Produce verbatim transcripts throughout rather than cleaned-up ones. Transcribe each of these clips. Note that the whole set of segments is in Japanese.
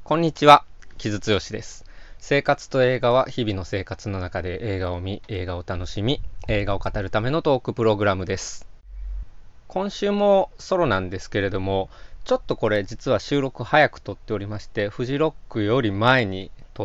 こんにちは、木津剛です。生活と映画は日々の生活の中で映画を見、映画を楽しみ、映画を語るためのトークプログラムです。今週もソロなんですけれども、ちょっとこれ実は収録早く撮っておりまして、フジロックより前に撮って、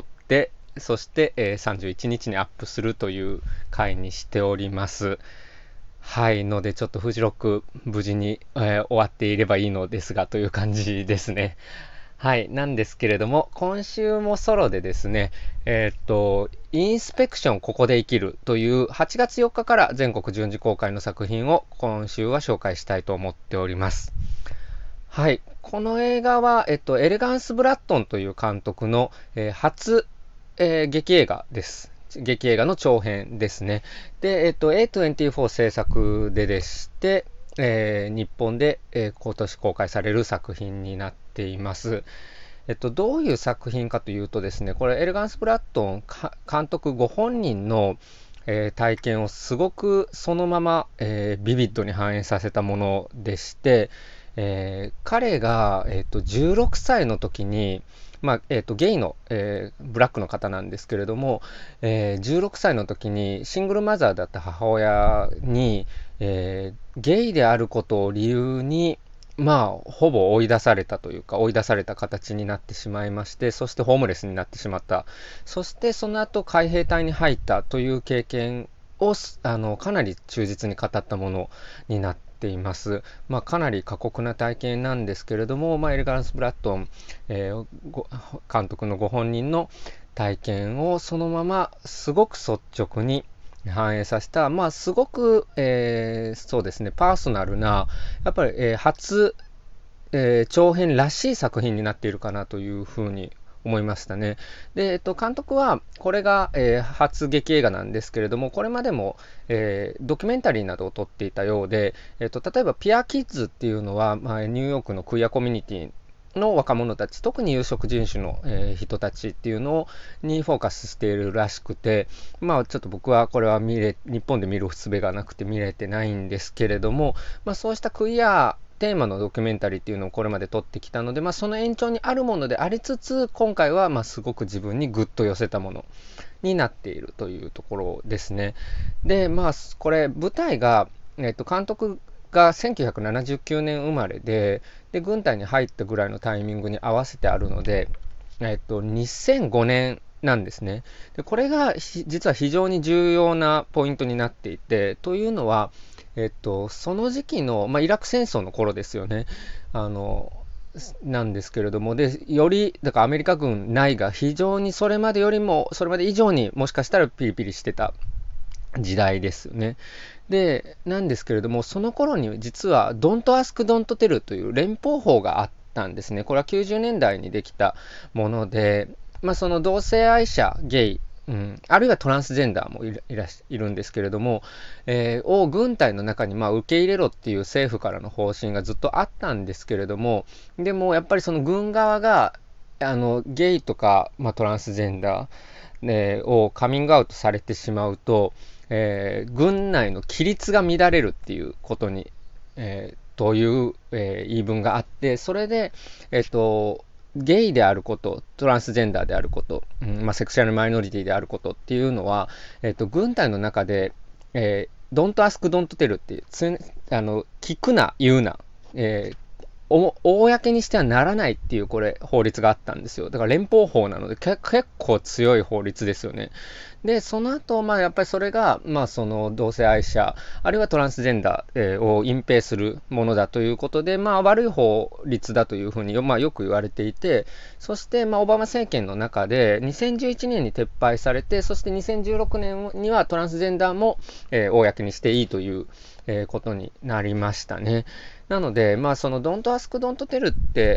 そして、えーさんじゅういちにちにアップするという回にしております。はい、のでちょっとフジロック無事に、えー終わっていればいいのですがという感じですね。はい、なんですけれども、今週もソロでですね、えーっと、インスペクションここで生きるというはちがつよっかから全国順次公開の作品を今週は紹介したいと思っております。はい、この映画は、えっと、エレガンス・ブラッドンという監督の、えー初、えー劇映画です。劇映画の長編ですね。で、えっと、エーにじゅうよん 制作ででして、えー日本で、えー今年公開される作品になっています。えっと、どういう作品かというとですね、これエレガンス・ブラッドン監督ご本人の、えー体験をすごくそのまま、えービビッドに反映させたものでして、えー彼が、えーと、じゅうろくさいの時に、まあえーと、ゲイの、えーブラックの方なんですけれども、えーじゅうろくさいの時にシングルマザーだった母親に、えーゲイであることを理由に、まあ、ほぼ追い出されたというか、追い出された形になってしまいまして、そしてホームレスになってしまった。そしてその後海兵隊に入ったという経験を、あの、かなり忠実に語ったものになっています。まあ、かなり過酷な体験なんですけれども、まあ、エレガンス・ブラッドン、えー監督のご本人の体験をそのまますごく率直に反映させた、まあ、すごく、えーそうですね、パーソナルな、やっぱり、えー初、えー長編らしい作品になっているかなというふうに思いましたね。で、えっと、監督は、これが、えー初劇映画なんですけれども、これまでも、えードキュメンタリーなどを撮っていたようで、えっと、例えば、ピアキッズっていうのは、まあ、ニューヨークのクイアコミュニティの若者たち、特に有色人種の、えー人たちっていうのにフォーカスしているらしくて、まあちょっと僕はこれは見れ、日本で見る術がなくて見れてないんですけれども、まあそうしたクイアテーマのドキュメンタリーっていうのをこれまで撮ってきたので、まあその延長にあるものでありつつ、今回はまあすごく自分にグッと寄せたものになっているというところですね。で、まあこれ舞台が、えっと監督がせんきゅうひゃくななじゅうきゅうねん生まれで、で、軍隊に入ったぐらいのタイミングに合わせてあるので、えっと、にせんごねんなんですね。で、これが実は非常に重要なポイントになっていて、というのは、えっと、その時期の、まあ、イラク戦争の頃ですよね。あの、なんですけれども、で、より、だからアメリカ軍内が非常にそれまでよりも、それまで以上にもしかしたらピリピリしてた時代ですよね。で、なんですけれども、その頃に実は Don't Ask Don't Tell という連邦法があったんですね。これはきゅうじゅうねんだいにできたもので、まあ、その同性愛者、ゲイ、うん、あるいはトランスジェンダーもいらいるんですけれども、えーを軍隊の中にまあ受け入れろっていう政府からの方針がずっとあったんですけれども、でもやっぱりその軍側があのゲイとか、まあ、トランスジェンダー、ね、をカミングアウトされてしまうと、えー軍内の規律が乱れるっていうことに、えーという、えー言い分があって、それで、えっと、ゲイであること、トランスジェンダーであること、うんまあ、セクシャルマイノリティであることっていうのは、えっと、軍隊の中で、えー、Don't ask, don't tell っていう、つあの、聞くな、言うな、えーお公にしてはならないっていうこれ法律があったんですよ。だから連邦法なのでけ結構強い法律ですよね。で、その後、まあやっぱりそれが、まあその同性愛者、あるいはトランスジェンダー、えーを隠蔽するものだということで、まあ悪い法律だというふうによ、まあ、よく言われていて、そしてまあオバマ政権の中でにせんじゅういちねんに撤廃されて、そしてにせんじゅうろくねんにはトランスジェンダーも、えー公にしていいという、えーことになりましたね。なので、まあ、その Don't Ask, Don't Tell って、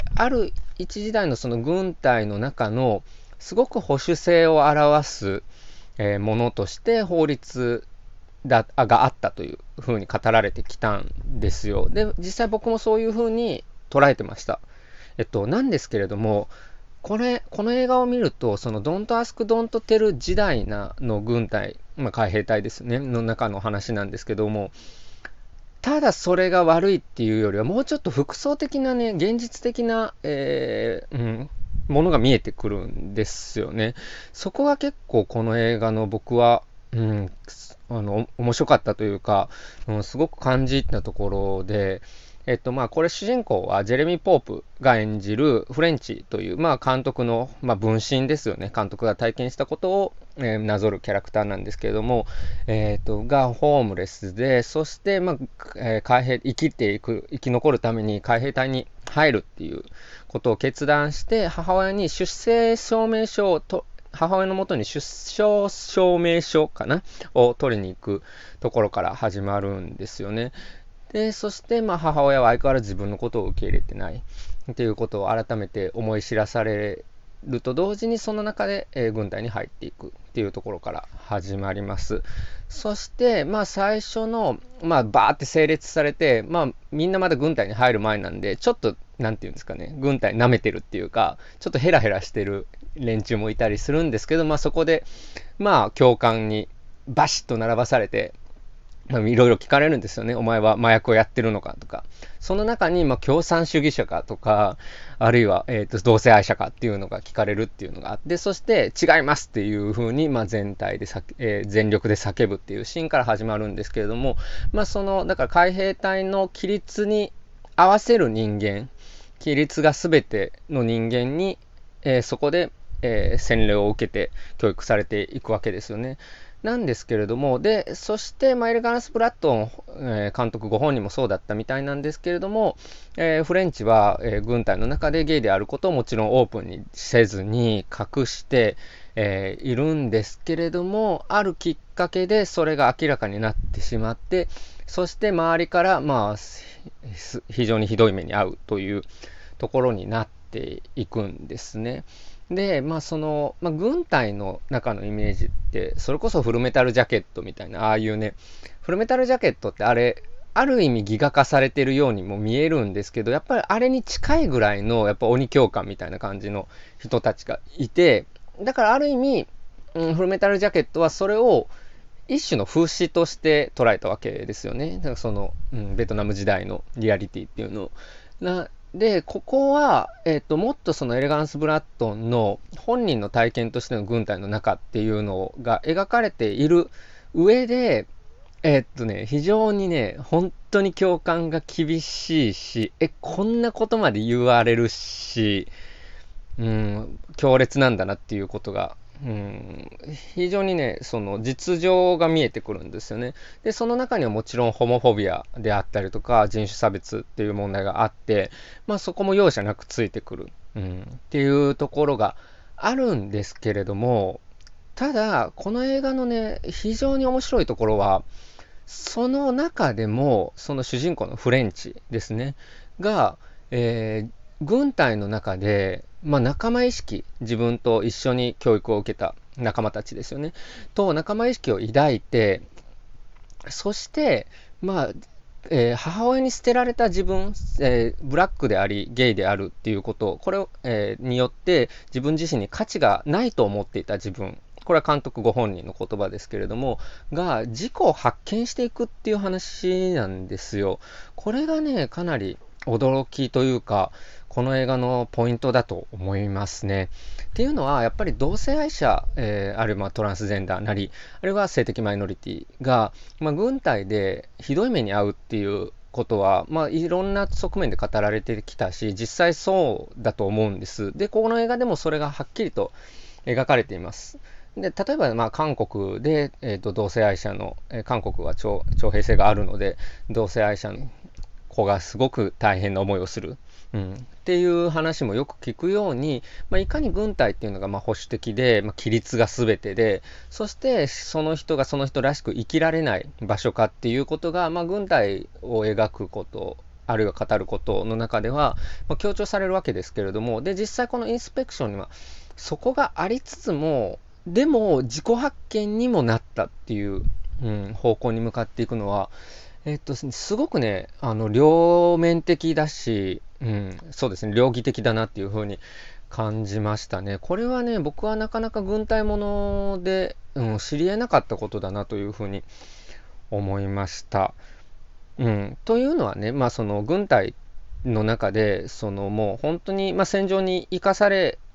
ある一時代のその軍隊の中のすごく保守性を表す、えーものとして法律だがあったというふうに語られてきたんですよ。で、実際僕もそういうふうに捉えてました。えっと、なんですけれども、これ、この映画を見ると、その Don't Ask, Don't Tell 時代なの軍隊、まあ、海兵隊ですね、の中の話なんですけども、ただそれが悪いっていうよりは、もうちょっと複層的なね、現実的な、えーうん、 ものが見えてくるんですよね。そこが結構この映画の僕は、うん、あの、面白かったというか、うん、すごく感じたところで、えっと、まあ、これ主人公はジェレミー・ポープが演じるフレンチという、まあ、監督の、まあ、分身ですよね。監督が体験したことを、えーなぞるキャラクターなんですけれども、えっと、がホームレスで、そして、まあ、えー海兵、生きていく、生き残るために海兵隊に入るっていうことを決断して、母親に出生証明書をと、母親のもとに出生証明書かなを取りに行くところから始まるんですよね。で、そして、まあ、母親は相変わらず自分のことを受け入れてないっていうことを改めて思い知らされると同時に、その中で、えー軍隊に入っていくっていうところから始まります。そして、まあ、最初の、まあ、バーって整列されて、まあ、みんなまだ軍隊に入る前なんで、ちょっと、なんていうんですかね、軍隊舐めてるっていうか、ちょっとヘラヘラしてる連中もいたりするんですけど、まあ、そこで、まあ、教官にバシッと並ばされて、まあ、いろいろ聞かれるんですよね。お前は麻薬をやってるのかとか。その中に、まあ、共産主義者かとか、あるいは、えっと、同性愛者かっていうのが聞かれるっていうのがあって、そして、違いますっていうふうに、まあ、全体でさ、えー全力で叫ぶっていうシーンから始まるんですけれども、まあ、その、だから海兵隊の規律に合わせる人間、規律が全ての人間に、えーそこで、えー洗礼を受けて教育されていくわけですよね。なんですけれども、で、そして、まあ、エルガンス・ブラッドン、えー監督ご本人もそうだったみたいなんですけれども、えーフレンチは、えー軍隊の中でゲイであることをもちろんオープンにせずに隠して、えーいるんですけれども、あるきっかけでそれが明らかになってしまって、そして周りから、まあ、非常にひどい目に遭うというところになっていくんですね。で、まあその、まあ、軍隊の中のイメージって、それこそフルメタルジャケットみたいな、ああいうね、フルメタルジャケットってあれ、ある意味ギガ化されてるようにも見えるんですけど、やっぱりあれに近いぐらいの、やっぱ鬼教官みたいな感じの人たちがいて、だからある意味、うん、フルメタルジャケットはそれを一種の風刺として捉えたわけですよね。だからその、うん、ベトナム時代のリアリティっていうのを。なで、ここは、えっと、もっとそのエレガンス・ブラッドンの本人の体験としての軍隊の中っていうのが描かれている上で、えっとね、非常にね、本当に共感が厳しいし、え、こんなことまで言われるし、うん、強烈なんだなっていうことが、うん、非常にね、その実情が見えてくるんですよね。で、その中にはもちろんホモフォビアであったりとか、人種差別っていう問題があって、まあそこも容赦なくついてくる、うん、っていうところがあるんですけれども、ただ、この映画のね、非常に面白いところは、その中でも、その主人公のフレンチですね、が、えー軍隊の中で、まあ、仲間意識、自分と一緒に教育を受けた仲間たちですよね、と仲間意識を抱いて、そして、まあ、えー母親に捨てられた自分、えーブラックであり、ゲイであるっていうこと、これを、えーによって自分自身に価値がないと思っていた自分、これは監督ご本人の言葉ですけれども、が自己を発見していくっていう話なんですよ。これがね、かなり驚きというか、この映画のポイントだと思いますね。っていうのは、やっぱり同性愛者、えーあるいはトランスジェンダーなり、あるいは性的マイノリティが、まあ、軍隊でひどい目に遭うっていうことは、まあ、いろんな側面で語られてきたし、実際そうだと思うんです。で、この映画でもそれがはっきりと描かれています。で、例えば、まあ、韓国で、えーと、同性愛者の、えー韓国は徴徴兵制があるので、同性愛者の子がすごく大変な思いをする。うん、っていう話もよく聞くように、まあ、いかに軍隊っていうのがまあ保守的で、まあ、規律が全てで、そしてその人がその人らしく生きられない場所かっていうことが、まあ、軍隊を描くこと、あるいは語ることの中では、まあ、強調されるわけですけれども、で、実際このインスペクションにはそこがありつつも、でも自己発見にもなったっていう、うん、方向に向かっていくのは、えっと、すごくね、あの、両面的だし、うん、そうですね、両義的だなっていう風に感じましたね。これはね、僕はなかなか軍隊もので、うん、知り得なかったことだなという風に思いました。うん、というのはね、まあその軍隊の中で、そのもう本当に、まあ、戦場に行かされ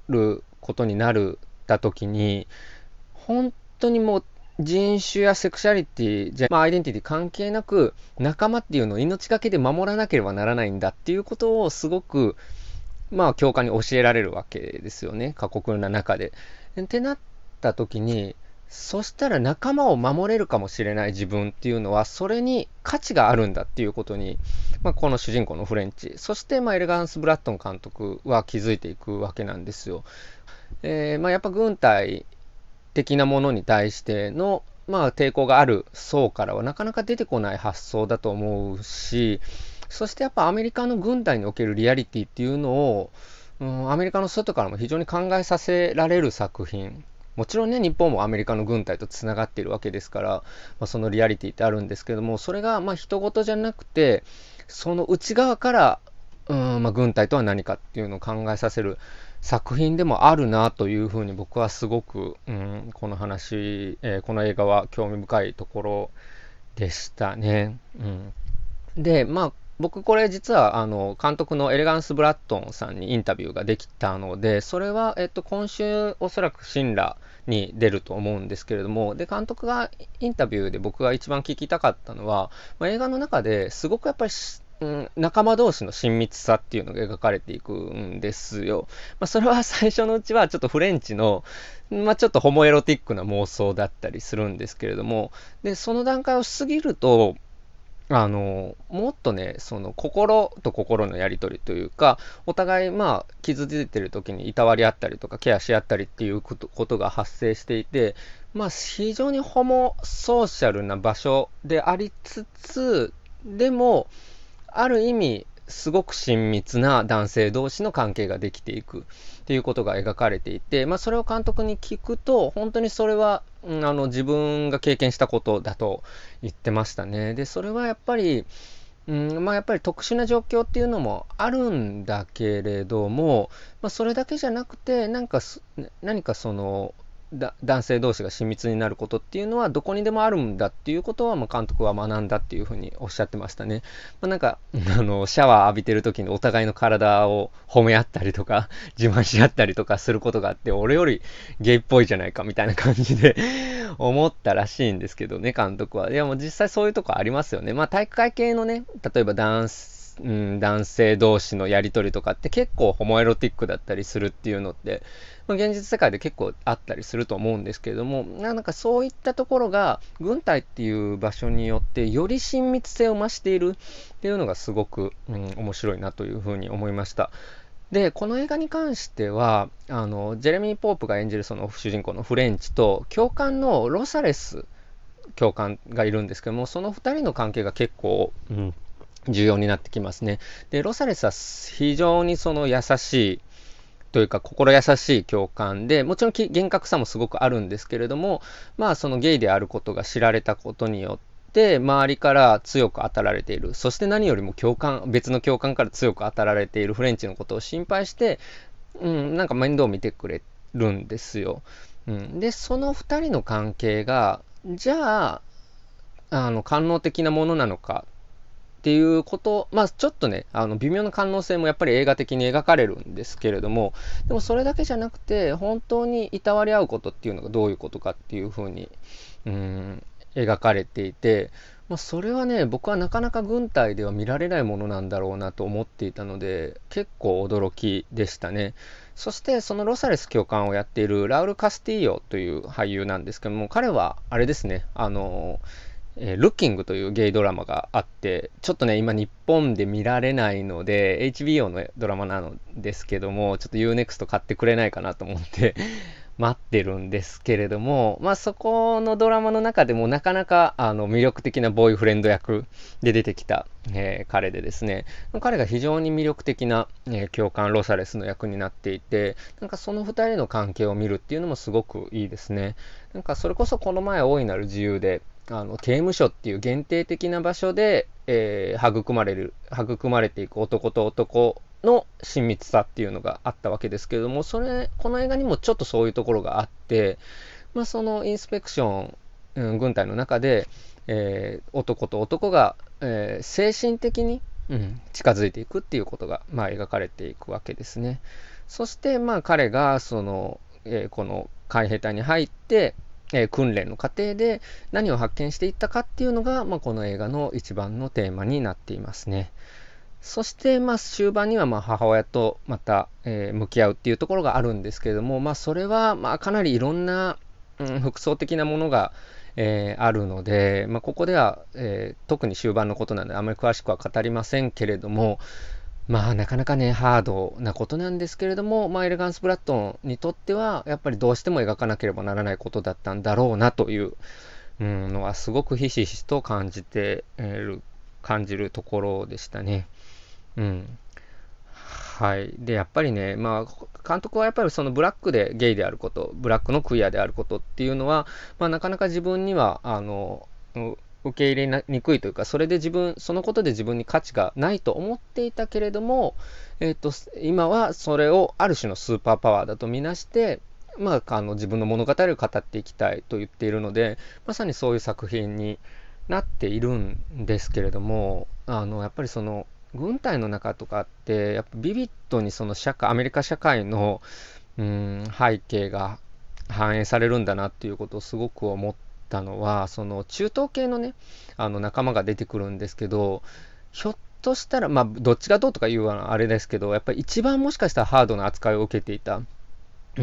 ることになるた時に、本当にもう人種やセクシャリティじゃ、まあ、アイデンティティ関係なく仲間っていうのを命がけで守らなければならないんだっていうことをすごくまあ教官に教えられるわけですよね、過酷な中で。ってなった時に、そしたら仲間を守れるかもしれない自分っていうのはそれに価値があるんだっていうことに、まあ、この主人公のフレンチ、そしてまあエレガンス・ブラッドン監督は気づいていくわけなんですよ。えーまあ、やっぱ軍隊的なものに対しての、まあ、抵抗がある層からはなかなか出てこない発想だと思うし、そしてやっぱアメリカの軍隊におけるリアリティっていうのを、うん、アメリカの外からも非常に考えさせられる作品。もちろんね、日本もアメリカの軍隊とつながっているわけですから、まあ、そのリアリティってあるんですけども、それがまあ人事じゃなくて、その内側から、うんまあ、軍隊とは何かっていうのを考えさせる作品でもあるなというふうに僕はすごく、うん、この話、えーこの映画は興味深いところでしたね。うん、で、まあ、僕これ実はあの監督のエレガンス・ブラッドンさんにインタビューができたので、それは、えっと、今週おそらくシンラに出ると思うんですけれども、で、監督がインタビューで僕が一番聞きたかったのは、まあ、映画の中ですごくやっぱりうん、仲間同士の親密さっていうのが描かれていくんですよ。まあ、それは最初のうちはちょっとフレンチの、まあ、ちょっとホモエロティックな妄想だったりするんですけれども、で、その段階を過ぎると、あの、もっとね、その心と心のやりとりというか、お互いまあ傷ついてる時にいたわり合ったりとかケアし合ったりっていうことことが発生していて、まあ非常にホモソーシャルな場所でありつつ、でも、ある意味、すごく親密な男性同士の関係ができていくっていうことが描かれていて、まあ、それを監督に聞くと、本当にそれは、うん、あの自分が経験したことだと言ってましたね。で、それはやっぱり、うん、まあやっぱり特殊な状況っていうのもあるんだけれども、まあ、それだけじゃなくて、なんかす何かその、だ男性同士が親密になることっていうのはどこにでもあるんだっていうことは、まあ、監督は学んだっていうふうにおっしゃってましたね。まあ、なんかあのシャワー浴びてる時にお互いの体を褒め合ったりとか自慢し合ったりとかすることがあって、俺よりゲイっぽいじゃないかみたいな感じで思ったらしいんですけどね、監督は。いやもう実際そういうとこありますよね。まあ体育会系のね、例えばダンスうん、男性同士のやりとりとかって結構ホモエロティックだったりするっていうのって、まあ、現実世界で結構あったりすると思うんですけれども、なんかそういったところが軍隊っていう場所によってより親密性を増しているっていうのがすごく、うん、面白いなというふうに思いました。で、この映画に関しては、あの、ジェレミー・ポープが演じるその主人公のフレンチと、教官のロサレス教官がいるんですけども、そのふたりの関係が結構、うん重要になってきますね。で、ロサレスは非常にその優しいというか心優しい教官で、もちろん厳格さもすごくあるんですけれども、まあそのゲイであることが知られたことによって、周りから強く当たられている。そして何よりも教官、別の教官から強く当たられているフレンチのことを心配して、うん、なんか面倒を見てくれるんですよ。うん、で、その二人の関係が、じゃあ、あの、官能的なものなのかっていうこと、まあちょっとね、あの微妙な可能性もやっぱり映画的に描かれるんですけれども、でもそれだけじゃなくて、本当にいたわり合うことっていうのがどういうことかっていうふうに、うん、描かれていて、まあ、それはね、僕はなかなか軍隊では見られないものなんだろうなと思っていたので、結構驚きでしたね。そしてそのロサレス教官をやっているラウル・カスティーヨという俳優なんですけども、彼はあれですね、あのえー、ルッキングというゲイドラマがあって、ちょっとね、今日本で見られないので、エイチビーオー のドラマなのですけども、ちょっと ユーネクスト 買ってくれないかなと思って待ってるんですけれども、まあそこのドラマの中でもなかなかあの魅力的なボーイフレンド役で出てきた、えー彼でですね、彼が非常に魅力的な、えー教官ロサレスの役になっていて、なんかその二人の関係を見るっていうのもすごくいいですね。なんかそれこそこの前大いなる自由で、あの刑務所っていう限定的な場所で、えー育まれる育まれていく男と男の親密さっていうのがあったわけですけれども、それこの映画にもちょっとそういうところがあって、まあ、そのインスペクション、うん、軍隊の中で、えー男と男が、えー精神的に、うん、近づいていくっていうことが、まあ、描かれていくわけですね。 そして、まあ、彼が、その、えーこの海兵隊に入って、えー訓練の過程で何を発見していったかっていうのが、まあ、この映画の一番のテーマになっていますね。そして、まあ、終盤には、まあ、母親とまた、えー向き合うっていうところがあるんですけれども、まあ、それは、まあ、かなりいろんな、うん、複層的なものが、えーあるので、まあ、ここでは、えー特に終盤のことなので、あまり詳しくは語りませんけれども、まあ、なかなかね、ハードなことなんですけれども、まあ、エレガンス・ブラッドンにとっては、やっぱりどうしても描かなければならないことだったんだろうなという、うん、のは、すごくひしひしと感じている、感じるところでしたね。うん。はい。で、やっぱりね、まあ、監督はやっぱりそのブラックでゲイであること、ブラックのクイアであることっていうのは、まあ、なかなか自分には、あの、う受け入れにくいというか、それで自分、そのことで自分に価値がないと思っていたけれども、えっと、今はそれをある種のスーパーパワーだとみなして、まあ、あの自分の物語を語っていきたいと言っているので、まさにそういう作品になっているんですけれども、あの、やっぱりその、軍隊の中とかって、やっぱビビッドにその社会、アメリカ社会の、うん、背景が反映されるんだなっていうことをすごく思ったのは、その中東系のね、あの仲間が出てくるんですけど、ひょっとしたら、まあ、どっちがどうとか言うのはあれですけど、やっぱり一番もしかしたらハードな扱いを受けていた、うん、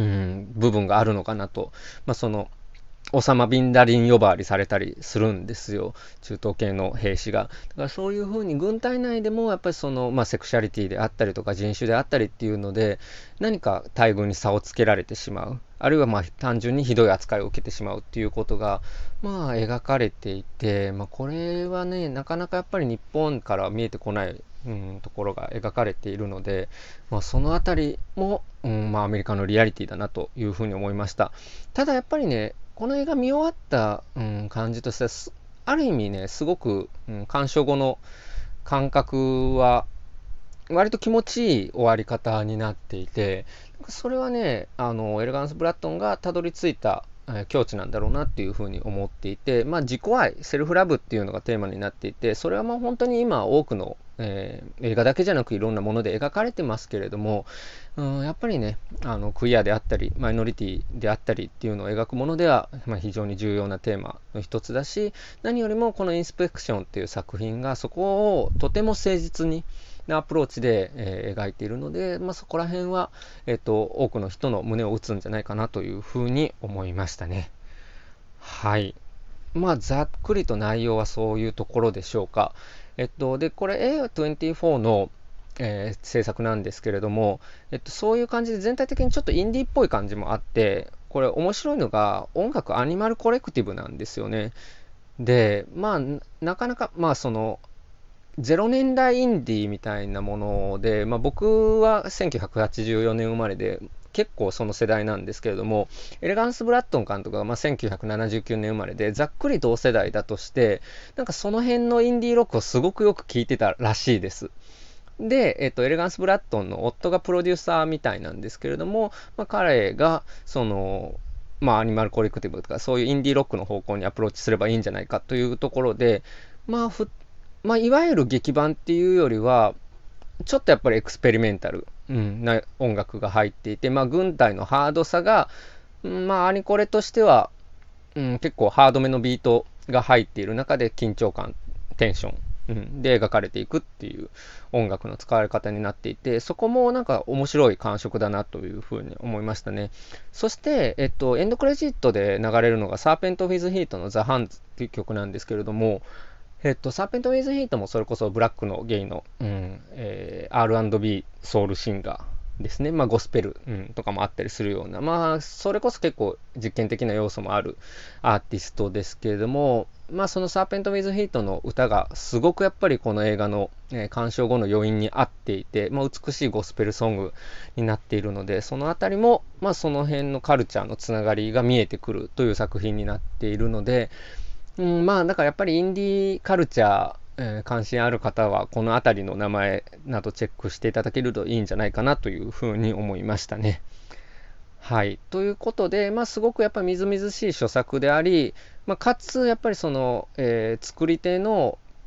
部分があるのかなと。まあ、その、オサマ・ビンラディン呼ばわりされたりするんですよ。中東系の兵士が。だからそういうふうに軍隊内でもやっぱりその、まあ、セクシャリティであったりとか人種であったりっていうので、何か待遇に差をつけられてしまう。あるいはまあ単純にひどい扱いを受けてしまうっていうことが、まあ描かれていて、まあこれはね、なかなかやっぱり日本から見えてこない、うん、ところが描かれているので、まあそのあたりも、うん、まあアメリカのリアリティだなというふうに思いました。ただやっぱりね、この映画見終わった、うん、感じとしては、ある意味ね、すごく、うん、鑑賞後の感覚は、割と気持ちいい終わり方になっていて、それはね、あの、エレガンス・ブラッドンがたどり着いた、えー境地なんだろうなっていうふうに思っていて、まあ、自己愛、セルフラブっていうのがテーマになっていて、それはもう本当に今多くの、えー映画だけじゃなくいろんなもので描かれてますけれども、うん、やっぱりね、あのクイアであったり、マイノリティであったりっていうのを描くものでは、まあ、非常に重要なテーマの一つだし、何よりもこのインスペクションっていう作品がそこをとても誠実になアプローチで、えー描いているので、まあ、そこら辺は、えっと、多くの人の胸を打つんじゃないかなというふうに思いましたね。はい。まあ、ざっくりと内容はそういうところでしょうか。えっと、で、これ エーエーにじゅうよん の、えー制作なんですけれども、えっと、そういう感じで全体的にちょっとインディーっぽい感じもあって、これ面白いのが音楽アニマルコレクティブなんですよね。で、まあ、なかなか、まあ、その、ゼロねんだいインディーみたいなもので、まあ、僕はせんきゅうひゃくはちじゅうよねん生まれで、結構その世代なんですけれども、エレガンス・ブラッドン監督がまあせんきゅうひゃくななじゅうきゅうねん生まれで、ざっくり同世代だとして、なんかその辺のインディーロックをすごくよく聴いてたらしいです。で、えっと、エレガンス・ブラッドンの夫がプロデューサーみたいなんですけれども、まあ、彼が、その、まあ、アニマルコレクティブとか、そういうインディーロックの方向にアプローチすればいいんじゃないかというところで、まあ、ふまあ、いわゆる劇版っていうよりは、ちょっとやっぱりエクスペリメンタル、うん、な音楽が入っていて、まあ、軍隊のハードさが、うんまあ、アニコレとしては、うん、結構ハードめのビートが入っている中で緊張感、テンション、うん、で描かれていくっていう音楽の使われ方になっていて、そこもなんか面白い感触だなというふうに思いましたね。そして、えっと、エンドクレジットで流れるのがサーペント・ウィズ・ヒートのザ・ハンズっていう曲なんですけれども、えっと、サーペント・ウィズ・ヒートもそれこそブラックのゲイの、うんえー、アールアンドビー ソウルシンガーですね。まあ、ゴスペル、うん、とかもあったりするような、まあ、それこそ結構実験的な要素もあるアーティストですけれども、まあ、そのサーペント・ウィズ・ヒートの歌がすごくやっぱりこの映画の、えー鑑賞後の余韻に合っていて、まあ、美しいゴスペルソングになっているので、そのあたりも、まあ、その辺のカルチャーのつながりが見えてくるという作品になっているので、うん、まあ、だからやっぱりインディーカルチャー、えー関心ある方は、この辺りの名前などチェックしていただけるといいんじゃないかなというふうに思いましたね。はい。ということで、まあ、すごくやっぱりみずみずしい著作であり、まあ、かつ、やっぱりその、えー作り手の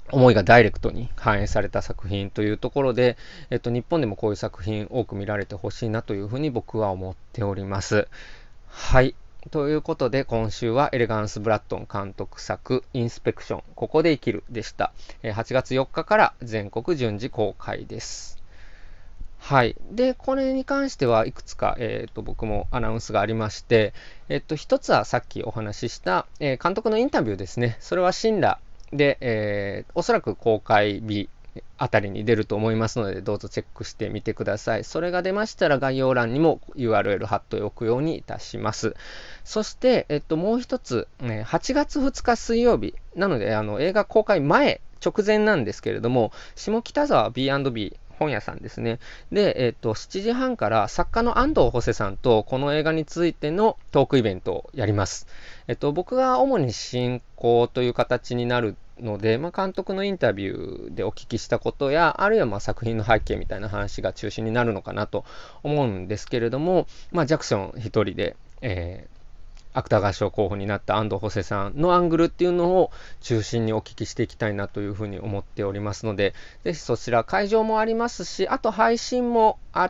思いがダイレクトに反映された作品というところで、えっと、日本でもこういう作品多く見られてほしいなというふうに僕は思っております。はい。ということで、今週はエレガンス・ブラッドン監督作、インスペクション、ここで生きるでした。はちがつよっかから全国順次公開です。はい。で、これに関してはいくつか、えっと、僕もアナウンスがありまして、えっと、一つはさっきお話しした、えー監督のインタビューですね。それはシンラで、えーおそらく公開日あたりに出ると思いますので、どうぞチェックしてみてください。それが出ましたら概要欄にも ユーアールエル 貼っておくようにいたします。そして、えっと、もう一つ、えーはちがつふつか水曜日、なので、あの、映画公開前、直前なんですけれども、下北沢 ビーアンドビー、本屋さんですね。で、えっと、しちじはんから作家の安藤補正さんとこの映画についてのトークイベントをやります。えっと、僕が主に進行という形になるので、まあ、監督のインタビューでお聞きしたことや、あるいはまあ作品の背景みたいな話が中心になるのかなと思うんですけれども、まあ、ジャクソン一人で、えー芥川賞候補になった安藤補正さんのアングルっていうのを中心にお聞きしていきたいなというふうに思っておりますので、ぜひそちら会場もありますし、あと配信もあって、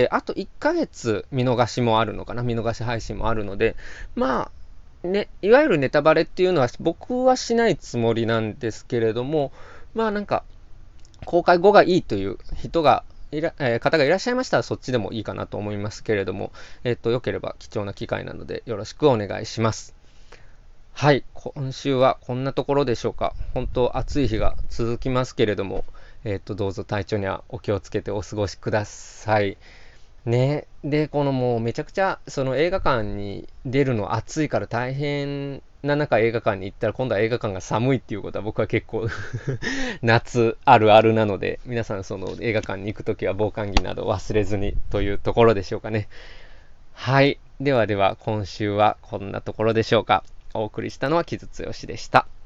あといっかげつ見逃しもあるのかな、見逃し配信もあるので、まあ、ね、いわゆるネタバレっていうのは僕はしないつもりなんですけれども、まあなんか、公開後がいいという人がいら、えー方がいらっしゃいましたらそっちでもいいかなと思いますけれども、えっと、良ければ貴重な機会なのでよろしくお願いします。はい、今週はこんなところでしょうか。本当暑い日が続きますけれども、えっと、どうぞ体調にはお気をつけてお過ごしください。ね、で、このもうめちゃくちゃ、その映画館に出るの暑いから大変な中映画館に行ったら今度は映画館が寒いっていうことは僕は結構夏あるあるなので、皆さんその映画館に行くときは防寒着など忘れずにというところでしょうかね。はい。ではでは今週はこんなところでしょうか。お送りしたのは木津剛でした。